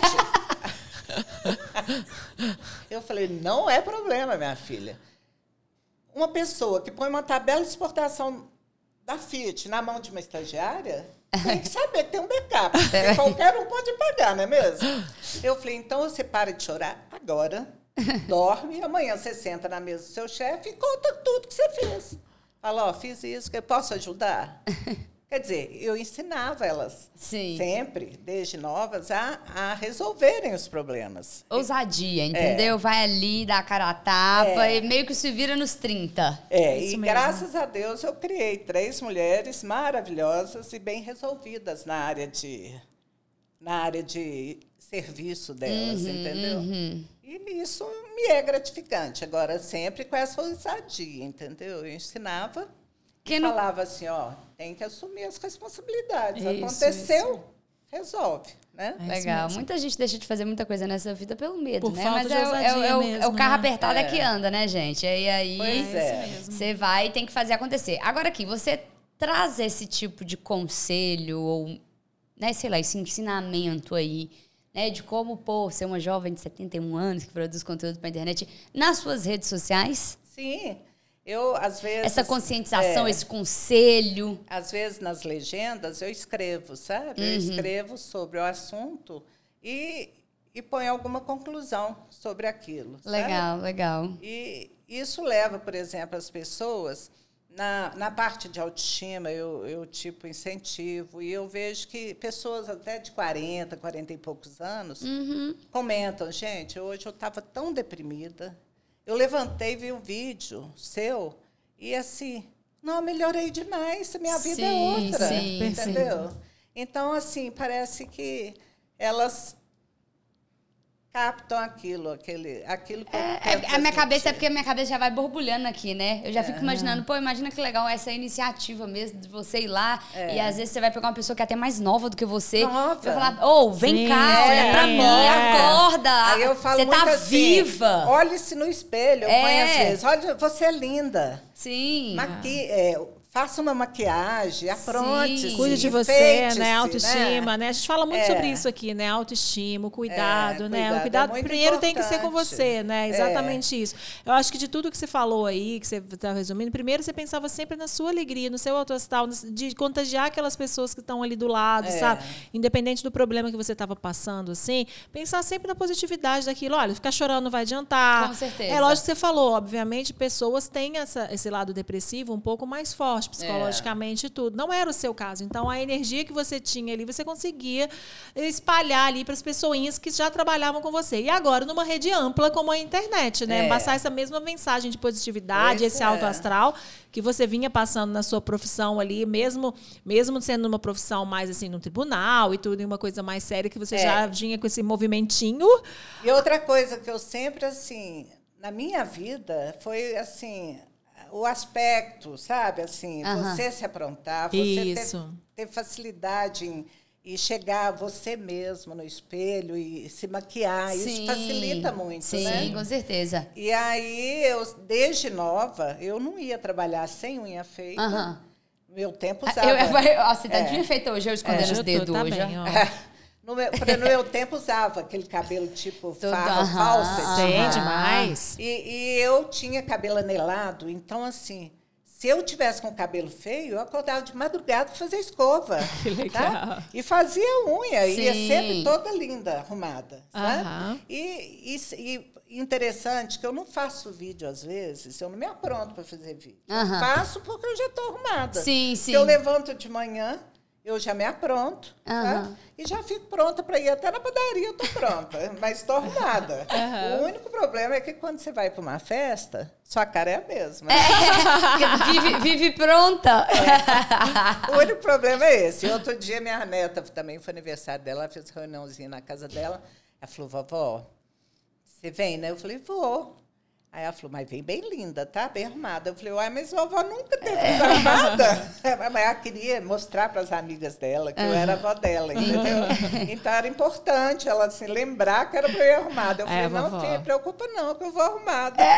Eu falei, não é problema, minha filha. Uma pessoa que põe uma tabela de exportação da Fiat na mão de uma estagiária tem que saber que tem um backup. Porque qualquer um pode pagar, não é mesmo? Eu falei, então você para de chorar agora, dorme, amanhã você senta na mesa do seu chefe e conta tudo que você fez. Fala, ó, fiz isso, que eu posso ajudar? Quer dizer, eu ensinava elas Sim. sempre, desde novas, a, a resolverem os problemas. Ousadia, entendeu? É. Vai ali, dá a cara a tapa é. e meio que se vira nos trinta. É, é e mesmo. Graças a Deus eu criei três mulheres maravilhosas e bem resolvidas na área de, na área de serviço delas, uhum, entendeu? Uhum. E isso me é gratificante. Agora, sempre com essa ousadia, entendeu? Eu ensinava e não... falava assim, ó, tem que assumir as responsabilidades. Isso, aconteceu, isso. resolve, né? É Legal. Muita gente deixa de fazer muita coisa nessa vida pelo medo, Por né? Falta Mas de é, ousadia é, é, mesmo, é o carro né? apertado é. é que anda, né, gente? E aí pois é. Você vai e tem que fazer acontecer. Agora aqui, você traz esse tipo de conselho ou, né, sei lá, esse ensinamento aí, né, de como, pô, ser uma jovem de setenta e um anos que produz conteúdo para a internet nas suas redes sociais? Sim, eu, às vezes... Essa conscientização, é, esse conselho... Às vezes, nas legendas, eu escrevo, sabe? Uhum. Eu escrevo sobre o assunto e, e ponho alguma conclusão sobre aquilo. Legal, sabe? legal. E isso leva, por exemplo, as pessoas... Na, na parte de autoestima, eu, eu, tipo, incentivo. E eu vejo que pessoas até de quarenta, quarenta e poucos anos uhum. comentam, gente, hoje eu estava tão deprimida. Eu levantei, vi um vídeo seu e, assim, não, melhorei demais, minha vida sim, é outra. Sim, entendeu? Sim. Então, assim, parece que elas... captam aquilo, aquele, aquilo que é, é, a minha cabeça é porque a minha cabeça já vai borbulhando aqui, né? Eu já é. fico imaginando, pô, imagina que legal essa iniciativa mesmo de você ir lá é. e às vezes você vai pegar uma pessoa que é até mais nova do que você Nova. e vai falar, ô, oh, vem Sim, cá, é, olha pra mim, é. acorda, Aí eu falo você tá assim, viva. Olhe-se no espelho, eu é. ponho às vezes, olha, você é linda. Sim. Maqui é, faça uma maquiagem, apronte-se. Cuide de você, né? Autoestima, né? né? A gente fala muito é. sobre isso aqui, né? Autoestima, cuidado, é, né? Cuidado o cuidado é primeiro importante. Tem que ser com você, né? Exatamente é. isso. Eu acho que de tudo que você falou aí, que você está resumindo, primeiro você pensava sempre na sua alegria, no seu autoastral, de contagiar aquelas pessoas que estão ali do lado, é. sabe? Independente do problema que você estava passando, assim, pensar sempre na positividade daquilo. Olha, ficar chorando não vai adiantar. Com certeza. É lógico que você falou, obviamente, pessoas têm essa, esse lado depressivo um pouco mais forte, psicologicamente e é. tudo. Não era o seu caso. Então, a energia que você tinha ali, você conseguia espalhar ali para as pessoinhas que já trabalhavam com você. E agora, numa rede ampla como a internet, né? É. Passar essa mesma mensagem de positividade, pois esse é. alto astral que você vinha passando na sua profissão ali, mesmo, mesmo sendo uma profissão mais assim, no tribunal e tudo, e uma coisa mais séria, que você é. já vinha com esse movimentinho. E outra coisa que eu sempre, assim, na minha vida, foi assim... o aspecto, sabe? Assim, uh-huh. você se aprontar, você ter, ter facilidade em, em chegar você mesmo no espelho e se maquiar. Sim, isso facilita muito, sim, né? Sim, com certeza. E aí, eu, desde nova, eu não ia trabalhar sem unha feita. Uh-huh. Meu tempo usava... Eu, eu, ó, você tá é. de feita hoje, eu escondendo é, os dedos tá hoje. Bem, ó. No meu, no meu tempo, usava aquele cabelo tipo farro, uh-huh, falso. Sim, uh-huh. demais. E, e eu tinha cabelo anelado, então, assim, se eu tivesse com o cabelo feio, eu acordava de madrugada para fazer escova. Que legal. Tá? E fazia unha, Sim. ia sempre toda linda, arrumada. Sabe? Uh-huh. E, e, e interessante que eu não faço vídeo, às vezes, eu não me apronto para fazer vídeo. Uh-huh. Eu faço porque eu já estou arrumada. Sim, sim. Eu levanto de manhã... eu já me apronto, Uhum. tá? E já fico pronta para ir até na padaria, eu tô pronta, mas estou arrumada. Uhum. O único problema é que quando você vai para uma festa, sua cara é a mesma. É, vive, vive pronta. É. O único problema é esse. Outro dia, minha neta, também foi aniversário dela, ela fez reuniãozinha na casa dela, ela falou, vovó, você vem, né? Eu falei, vou. Aí ela falou, mas vem bem linda, tá? Bem arrumada. Eu falei, uai, mas a vovó nunca teve desarmada. Mas ela queria mostrar para as amigas dela que uhum. eu era a avó dela, entendeu? Então era importante ela assim, lembrar que era para eu ir arrumada. Eu falei, é, não, filha, preocupa não, que eu vou arrumada. É.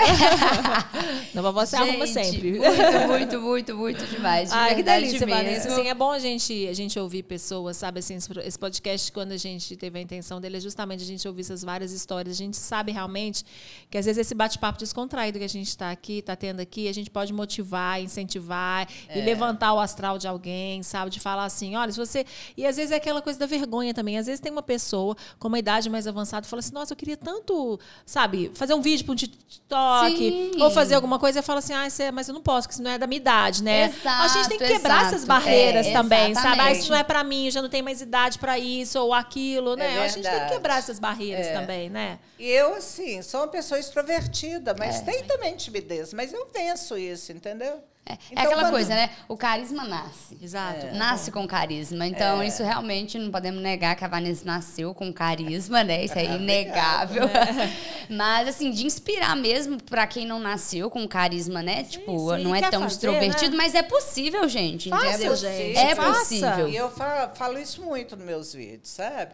Não, vovó se arruma sempre. Muito, muito, muito, muito demais. De ah, verdade que delícia, mesmo. Vanessa. Assim, é bom a gente, a gente ouvir pessoas, sabe? Assim, esse podcast, quando a gente teve a intenção dele, é justamente a gente ouvir essas várias histórias. A gente sabe realmente que, às vezes, esse bate-papo descontraído que a gente está aqui, está tendo aqui, a gente pode motivar, incentivar é. e levantar o astral de alguém, sabe? De falar assim, olha, se você... E às vezes é aquela coisa da vergonha também. Às vezes tem uma pessoa com uma idade mais avançada e fala assim, nossa, eu queria tanto, sabe, fazer um vídeo para um TikTok Sim. ou fazer alguma coisa e fala assim, ah, é, mas eu não posso, porque isso não é da minha idade, né? Exato, a gente tem que quebrar exato. essas barreiras é, também, exatamente. sabe? Ah, isso não é para mim, eu já não tenho mais idade para isso ou aquilo, né? É a gente tem que quebrar essas barreiras é. também, né? E eu, assim, sou uma pessoa extrovertida, mas é. tem também timidez. Mas eu venço isso, entendeu? É, então, é aquela quando... coisa, né? O carisma nasce. Exato. É. Nasce com carisma. Então, é. isso realmente não podemos negar que a Vanessa nasceu com carisma, né? Isso é inegável. É. Mas, assim, de inspirar mesmo pra quem não nasceu com carisma, né? Sim, tipo, sim. não é tão fazer, extrovertido, né? Mas é possível, gente. Fácil, é gente. É Faça. possível. E eu falo, falo isso muito nos meus vídeos, sabe?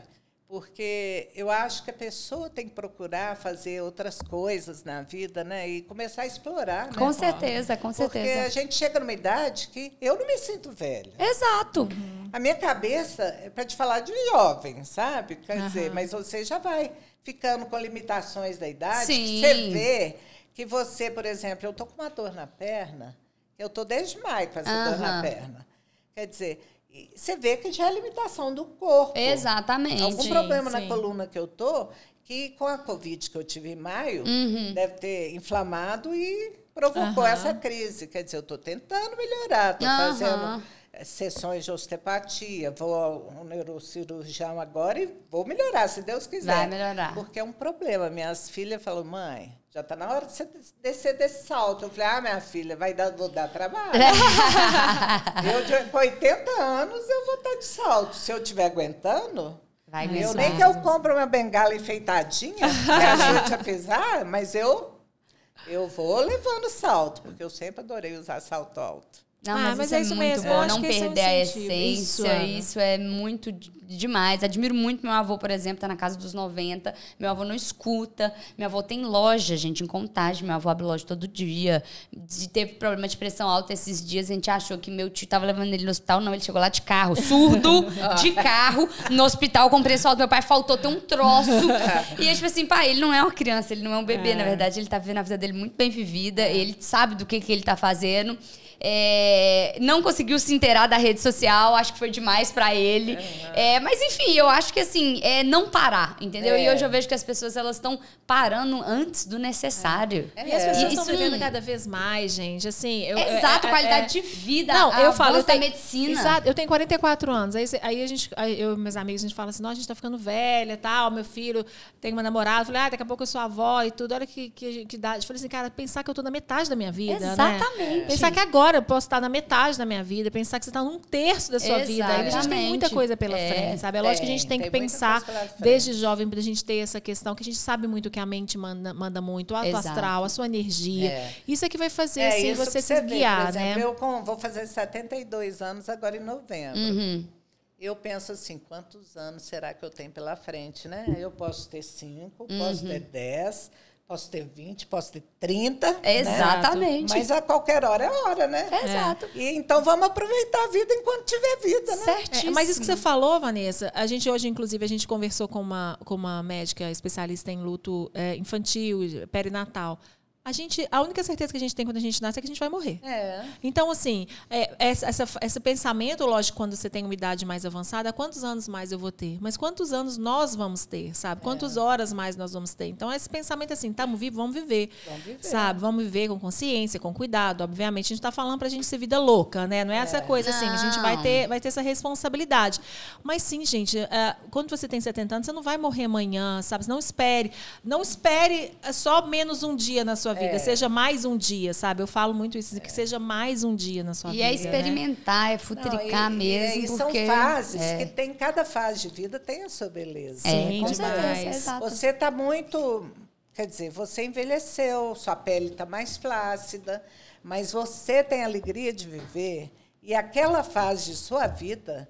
Porque eu acho que a pessoa tem que procurar fazer outras coisas na vida, né? E começar a explorar, né? Com certeza, com certeza. Porque a gente chega numa idade que eu não me sinto velha. Exato. Uhum. A minha cabeça é para te falar de jovem, sabe? Quer uhum. dizer, mas você já vai ficando com limitações da idade. Sim. Você vê que você, por exemplo, eu tô com uma dor na perna, eu tô desde maio com essa uhum. dor na perna. Quer dizer... Você vê que já é limitação do corpo. Exatamente. Algum problema sim. na coluna que eu tô, que com a Covid que eu tive em maio, uhum. deve ter inflamado e provocou uhum. essa crise. Quer dizer, eu estou tentando melhorar, estou uhum. fazendo sessões de osteopatia, vou ao neurocirurgião agora e vou melhorar, se Deus quiser. Vai melhorar. Porque é um problema. Minhas filhas falam, mãe, já está na hora de você descer desse salto. Eu falei, ah, minha filha, vai dar, vou dar trabalho. eu, com oitenta anos, eu vou estar de salto. Se eu estiver aguentando, vai eu mesmo. nem que eu compre uma bengala enfeitadinha, que ajude a pisar, mas eu, eu vou levando salto, porque eu sempre adorei usar salto alto. Não, mas, ah, mas isso é, é isso muito mesmo. bom, não perder a essência, isso, isso é muito demais. Admiro muito meu avô, por exemplo, tá na casa dos noventa, meu avô não escuta, meu avô tem loja, gente, em Contagem, meu avô abre loja todo dia, de, teve problema de pressão alta esses dias, a gente achou que meu tio tava levando ele no hospital, não, ele chegou lá de carro, surdo, de carro, no hospital com pressão alta, meu pai faltou ter um troço, e é tipo assim, pai, ele não é uma criança, ele não é um bebê, é. na verdade, ele tá vivendo a vida dele muito bem vivida, ele sabe do que, que ele tá fazendo. É, não conseguiu se inteirar da rede social, acho que foi demais pra ele. É, mas, enfim, eu acho que, assim, é não parar, entendeu? É. E hoje eu vejo que as pessoas, elas estão parando antes do necessário. É. E as pessoas estão vivendo cada vez mais, gente, assim... Eu, Exato, é, é, qualidade é, de vida, não, a eu falo, eu da tenho, medicina. Exato, eu tenho quarenta e quatro anos, aí, aí a gente, aí eu e meus amigos, a gente fala assim, nossa, a gente tá ficando velha e tal, meu filho tem uma namorada, eu falei, ah, daqui a pouco eu sou avó e tudo, olha que, que, que idade. Eu falei assim, cara, pensar que eu tô na metade da minha vida, Exatamente. Né? Pensar que agora eu posso estar na metade da minha vida, pensar que você está num terço da sua Exatamente. vida. Aí a gente tem muita coisa pela é, frente, sabe? É lógico tem, que a gente tem, tem que pensar, desde jovem, para a gente ter essa questão, que a gente sabe muito que a mente manda, manda muito, o alto astral, a sua energia. É. Isso é que vai fazer, é, assim, você se guiar, por exemplo, né? Eu com, vou fazer setenta e dois anos agora em novembro. Uhum. Eu penso assim, quantos anos será que eu tenho pela frente, né? Eu posso ter cinco, uhum. posso ter dez... Posso ter vinte, posso ter trinta. Exatamente. Né? Mas a qualquer hora é hora, né? Exato. E, então vamos aproveitar a vida enquanto tiver vida, né? Certíssimo. É, mas isso que você falou, Vanessa, a gente hoje, inclusive, a gente conversou com uma, com uma médica especialista em luto é, infantil, perinatal. A, gente, a única certeza que a gente tem quando a gente nasce é que a gente vai morrer. É. Então, assim, é, essa, essa, esse pensamento, lógico, quando você tem uma idade mais avançada, quantos anos mais eu vou ter? Mas quantos anos nós vamos ter, sabe? Quantas é. horas mais nós vamos ter? Então, esse pensamento assim, estamos vivos, vamos viver, vamos viver, sabe? Vamos viver com consciência, com cuidado. Obviamente, a gente está falando para a gente ser vida louca, né? Não é, é. essa coisa não. assim, a gente vai ter, vai ter essa responsabilidade. Mas sim, gente, uh, quando você tem setenta anos, você não vai morrer amanhã, sabe? Não espere. Não espere só menos um dia na sua vida, é. seja mais um dia, sabe? Eu falo muito isso, é. que seja mais um dia na sua e vida. E é experimentar, né? é futricar Não, e, mesmo. E, e porque... são fases é. que tem, cada fase de vida tem a sua beleza. É, Sim, com demais. certeza, exato. Você está muito... Quer dizer, você envelheceu, sua pele está mais flácida, mas você tem a alegria de viver e aquela fase de sua vida...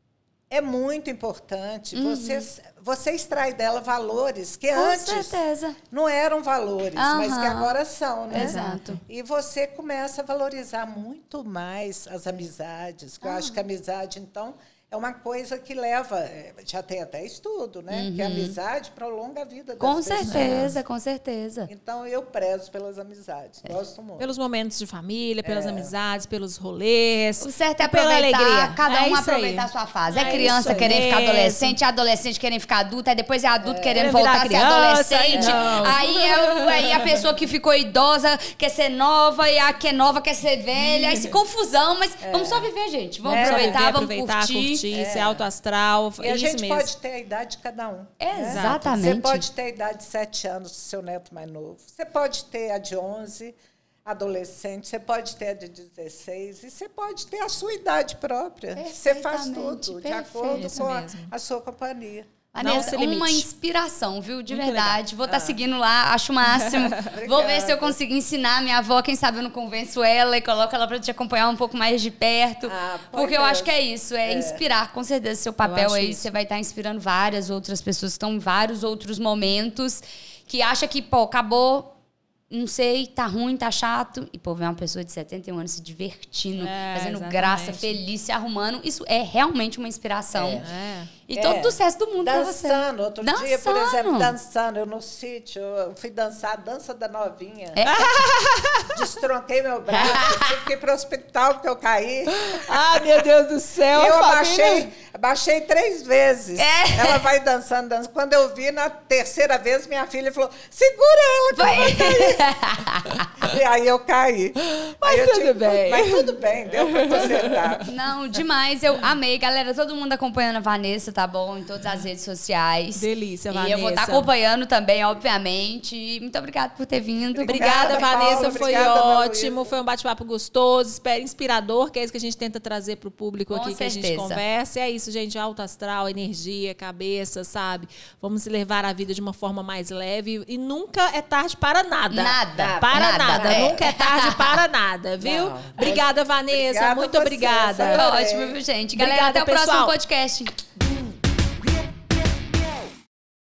É muito importante. Uhum. Você, você extrai dela valores que Com antes certeza. não eram valores, uhum. mas que agora são, né? Exato. E você começa a valorizar muito mais as amizades. Que eu acho que a amizade, então, é uma coisa que leva... Já tem até estudo, né? Uhum. Que a amizade prolonga a vida das com pessoas. Com certeza, com certeza. Então, eu prezo pelas amizades. É. Gosto muito. Pelos momentos de família, pelas é. amizades, pelos rolês. O certo é aproveitar, pela alegria. Cada um é aproveitar a sua fase. É, é criança querendo ficar adolescente, é adolescente querendo ficar adulto, aí depois é adulto é. querendo voltar a ser adolescente. Não. Aí é aí a pessoa que ficou idosa quer ser nova, e a que é nova quer ser velha. Aí se confusão, mas é. vamos só viver, gente. Vamos é. aproveitar, viver, vamos aproveitar, curtir. curtir. É. Ser alto astral, e é a isso gente mesmo. pode ter a idade de cada um. É, né? Exatamente. Você pode ter a idade de sete anos do seu neto mais novo. Você pode ter a de onze, adolescente. Você pode ter a de dezesseis. E você pode ter a sua idade própria. Você faz tudo de acordo com a, a sua companhia. Vanessa, uma inspiração, viu? De Muito verdade. Legal. Vou estar ah. tá seguindo lá, acho o máximo. Vou ver se eu consigo ensinar minha avó. Quem sabe eu não convenço ela e coloco ela para te acompanhar um pouco mais de perto. Ah, porque eu acho que é isso, é, é inspirar. Com certeza, seu papel aí, isso. Você vai estar inspirando várias outras pessoas que estão em vários outros momentos, que acha que, pô, acabou... Não sei, tá ruim, tá chato. E, pô, ver uma pessoa de setenta e um anos se divertindo, é, fazendo exatamente. graça, feliz, se arrumando. Isso é realmente uma inspiração. É. E é. todo o sucesso do mundo dançando, pra você. Dançando. Outro dançando. dia, por exemplo, dançando. Eu no sítio, eu fui dançar a dança da novinha. É. Destronquei meu braço. Tive que ir pro hospital porque eu caí. Ah, meu Deus do céu, eu família. abaixei, abaixei três vezes. É. Ela vai dançando, dançando. Quando eu vi, na terceira vez, minha filha falou, segura ela que vai cair. E aí eu caí. Mas aí tudo tive, bem. Mas tudo bem, deu pra consertar. Não, demais. Eu amei. Galera, todo mundo acompanhando a Vanessa, tá bom? Em todas as redes sociais. Delícia, e Vanessa. E eu vou estar acompanhando também, obviamente. E muito obrigada por ter vindo. Obrigada, obrigada Vanessa. Paula, foi obrigada, ótimo. Foi um bate-papo gostoso, espero inspirador, que é isso que a gente tenta trazer pro público Com aqui, certeza. que a gente conversa. E é isso, gente. Alto astral, energia, cabeça, sabe? Vamos levar a vida de uma forma mais leve. E nunca é tarde para nada. Nada. Para nada. nada. É. Nunca é tarde para nada, viu? Não. Obrigada, Vanessa. Obrigada muito você, obrigada. Foi ótimo, viu, gente? Galera, Obrigada, até o pessoal. próximo podcast.